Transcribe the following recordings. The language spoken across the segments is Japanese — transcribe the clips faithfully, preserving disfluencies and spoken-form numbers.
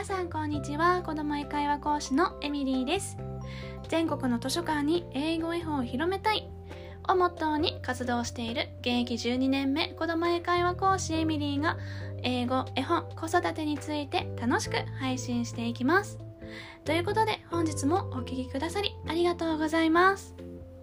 皆さんこんにちは。子ども英会話講師のエミリーです。全国の図書館に英語絵本を広めたいをモットーに活動している現役じゅうにねんめ子ども英会話講師エミリーが英語、絵本、子育てについて楽しく配信していきます。ということで本日もお聞きくださりありがとうございます。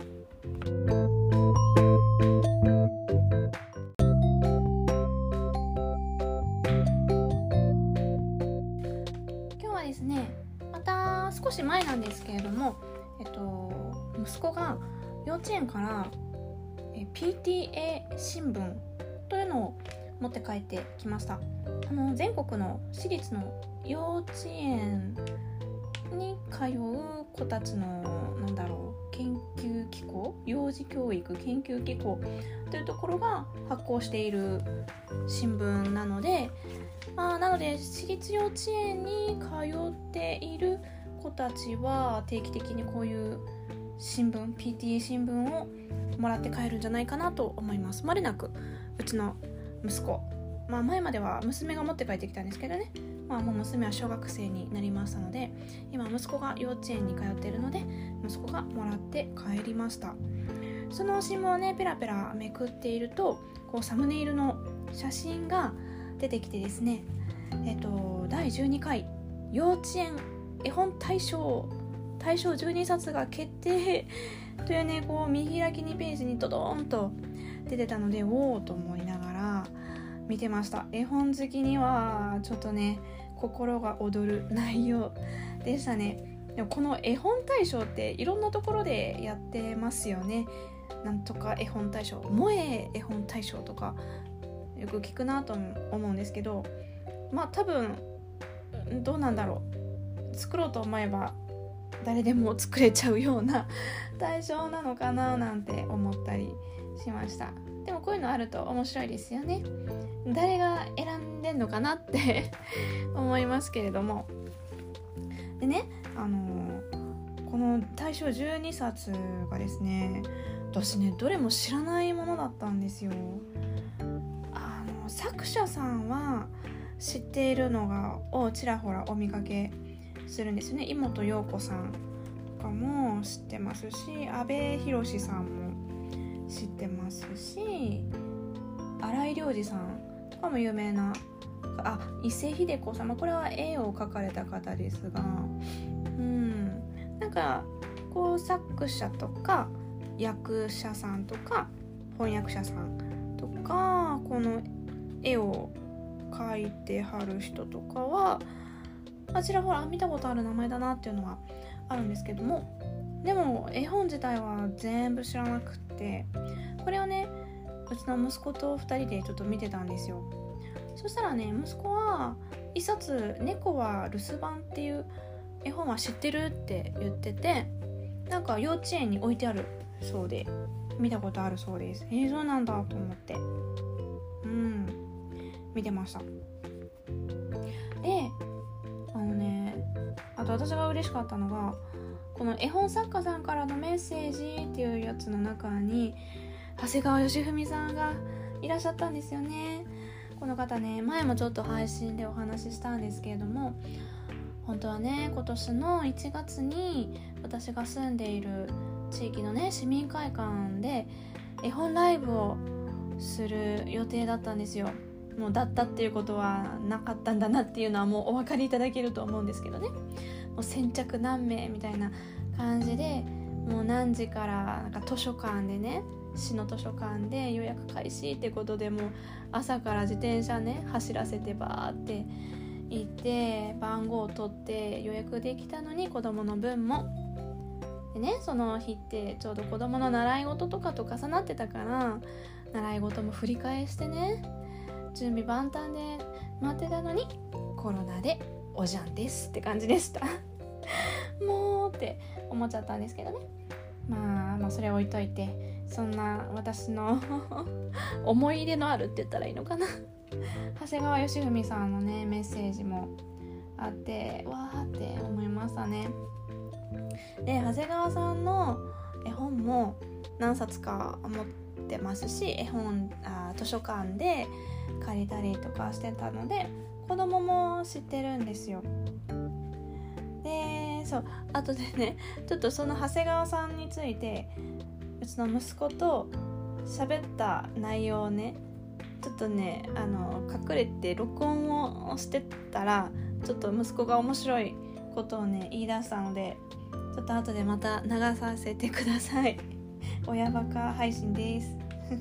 今日はですね、また少し前なんですけれども、えっと、息子が幼稚園からえ ピーティーエー 新聞というのを持って帰ってきました。あの全国の私立の幼稚園に通う子たちのなんだろう研究機構、幼児教育研究機構というところが発行している新聞なので、まあ、なので私立幼稚園に通っている子たちは定期的にこういう新聞 ピーティーエー 新聞をもらって帰るんじゃないかなと思います。漏れなくうちの息子、まあ、前までは娘が持って帰ってきたんですけどね、まあ、もう娘は小学生になりましたので、今息子が幼稚園に通っているので息子がもらって帰りました。その新聞をねペラペラめくっていると、こうサムネイルの写真が出てきてですね、えっとだいじゅうにかい幼稚園絵本大賞大賞じゅうにさつが決定というね、こう見開きにページにドドーンと出てたので、おーと思いながら見てました。絵本好きにはちょっとね心が躍る内容でしたね。でもこの絵本大賞っていろんなところでやってますよね。なんとか絵本大賞、萌え絵本大賞とかよく聞くなと思うんですけど、まあ多分どうなんだろう、作ろうと思えば誰でも作れちゃうような対象なのかななんて思ったりしました。でもこういうのあると面白いですよね。誰が選んでんのかなって思いますけれども。でね、あのー、この大賞じゅうにさつがですね、私ねどれも知らないものだったんですよ。あの作者さんは知っているのがをちらほらお見かけするんですよね。井本陽子さんとかも知ってますし、阿部寛さんも知ってますし、新井良二さんとかも有名な、あ、伊勢秀子さん、まあ、これは絵を描かれた方ですが、うんなんかこう作者とか役者さんとか翻訳者さんとかこの絵を描いてはる人とかはあちらほら見たことある名前だなっていうのはあるんですけども、でも絵本自体は全部知らなくって、これをねうちの息子とふたりでちょっと見てたんですよ。そしたらね息子は一冊猫は留守番っていう絵本は知ってるって言ってて、なんか幼稚園に置いてあるそうで見たことあるそうです。えー、そうなんだと思ってうん見てました。であのねあと私が嬉しかったのが、この絵本作家さんからのメッセージっていうやつの中に長谷川義文さんがいらっしゃったんですよね。この方ね前もちょっと配信でお話ししたんですけれども、本当はね今年のいちがつに私が住んでいる地域のね市民会館で絵本ライブをする予定だったんですよ。もうだったっていうことはなかったんだなっていうのはもうお分かりいただけると思うんですけどね、もう先着何名みたいな感じで、もう何時からなんか図書館でね市の図書館で予約開始ってことで、もう朝から自転車ね走らせてバーって行って番号を取って予約できたのに子供の分もでね、その日ってちょうど子供の習い事とかと重なってたから習い事も振り返してね準備万端で待ってたのにコロナでおじゃんですって感じでしたもうって思っちゃったんですけどね、まあ、まあそれ置いといて、そんな私の思い入れのあるって言ったらいいのかな長谷川義文さんのねメッセージもあってわーって思いましたね。で長谷川さんの絵本も何冊か持ってますし、絵本あ図書館で借りたりとかしてたので子供も知ってるんですよ。でそうあとでねちょっとその長谷川さんについてうちの息子と喋った内容をねちょっとねあの隠れて録音をしてたらちょっと息子が面白いことをね言い出したのでちょっと後でまた流させてください親バカ配信です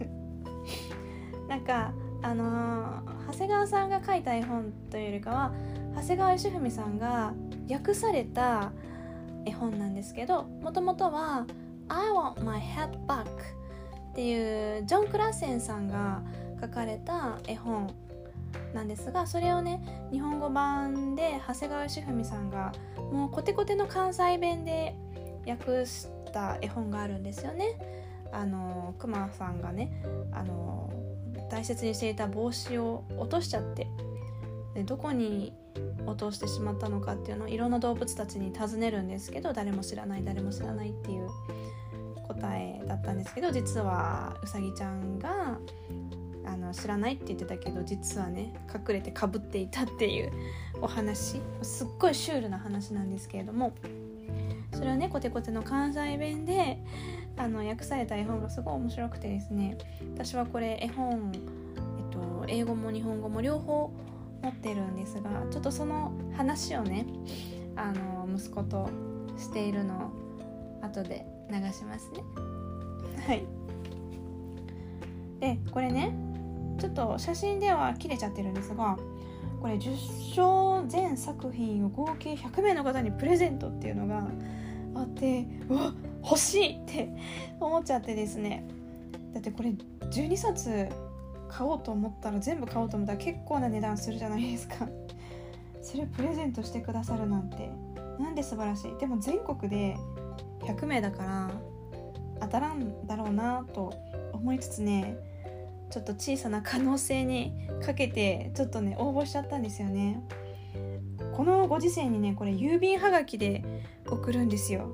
なんかあのー、長谷川さんが書いた絵本というよりかは長谷川義文さんが訳された絵本なんですけど、もともとは I want my hat back っていうジョン・クラッセンさんが書かれた絵本なんですが、それをね日本語版で長谷川義文さんがもうコテコテの関西弁で訳した絵本があるんですよね。あのクマさんがねあの大切にしていた帽子を落としちゃって、でどこに落としてしまったのかっていうのをいろんな動物たちに尋ねるんですけど、誰も知らない誰も知らないっていう答えだったんですけど、実はうさぎちゃんがあの知らないって言ってたけど実はね隠れて被っていたっていうお話、すっごいシュールな話なんですけれども、それをねコテコテの関西弁であの訳された絵本がすごい面白くてですね、私はこれ絵本、えっと、英語も日本語も両方持ってるんですが、ちょっとその話をねあの息子としているのを後で流しますね。はいでこれねちょっと写真では切れちゃってるんですが、これじゅっしょう全作品を合計ひゃくめいの方にプレゼントっていうのがあって、うわ欲しいって思っちゃってですね、だってこれじゅうにさつ買おうと思ったら全部買おうと思ったら結構な値段するじゃないですか。それプレゼントしてくださるなんてなんで素晴らしい。でも全国でひゃくめいだから当たらんだろうなと思いつつね、ちょっと小さな可能性にかけてちょっとね応募しちゃったんですよね。このご時世にねこれ郵便はがきで送るんですよ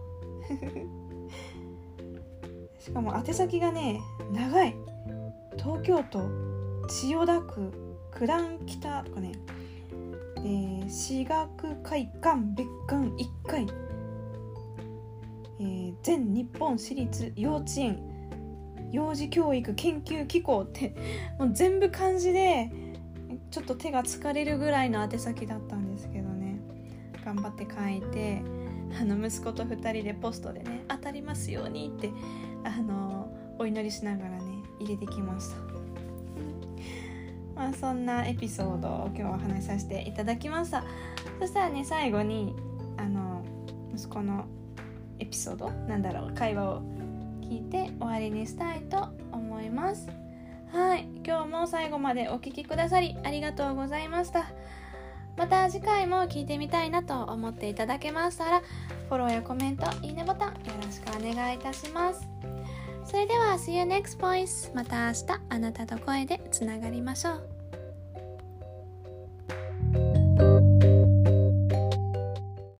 しかも宛先がね長い。東京都千代田区九段北とかね、で私学会館別館いっかい、えー、全日本私立幼稚園幼児教育研究機構ってもう全部漢字でちょっと手が疲れるぐらいの宛先だったんですけどね、頑張って書いてあの息子とふたりでポストでね当たりますようにってあのお祈りしながらね入れてきました。まあそんなエピソードを今日はお話しさせていただきました。そしたらね最後にあの息子のエピソードなんだろう会話を聞いて終わりにしたいと思います。はい、今日も最後までお聞きくださりありがとうございました。また次回も聞いてみたいなと思っていただけましたらフォローやコメント、いいねボタンよろしくお願いいたします。それでは See you next voice。 また明日あなたと声でつながりましょう。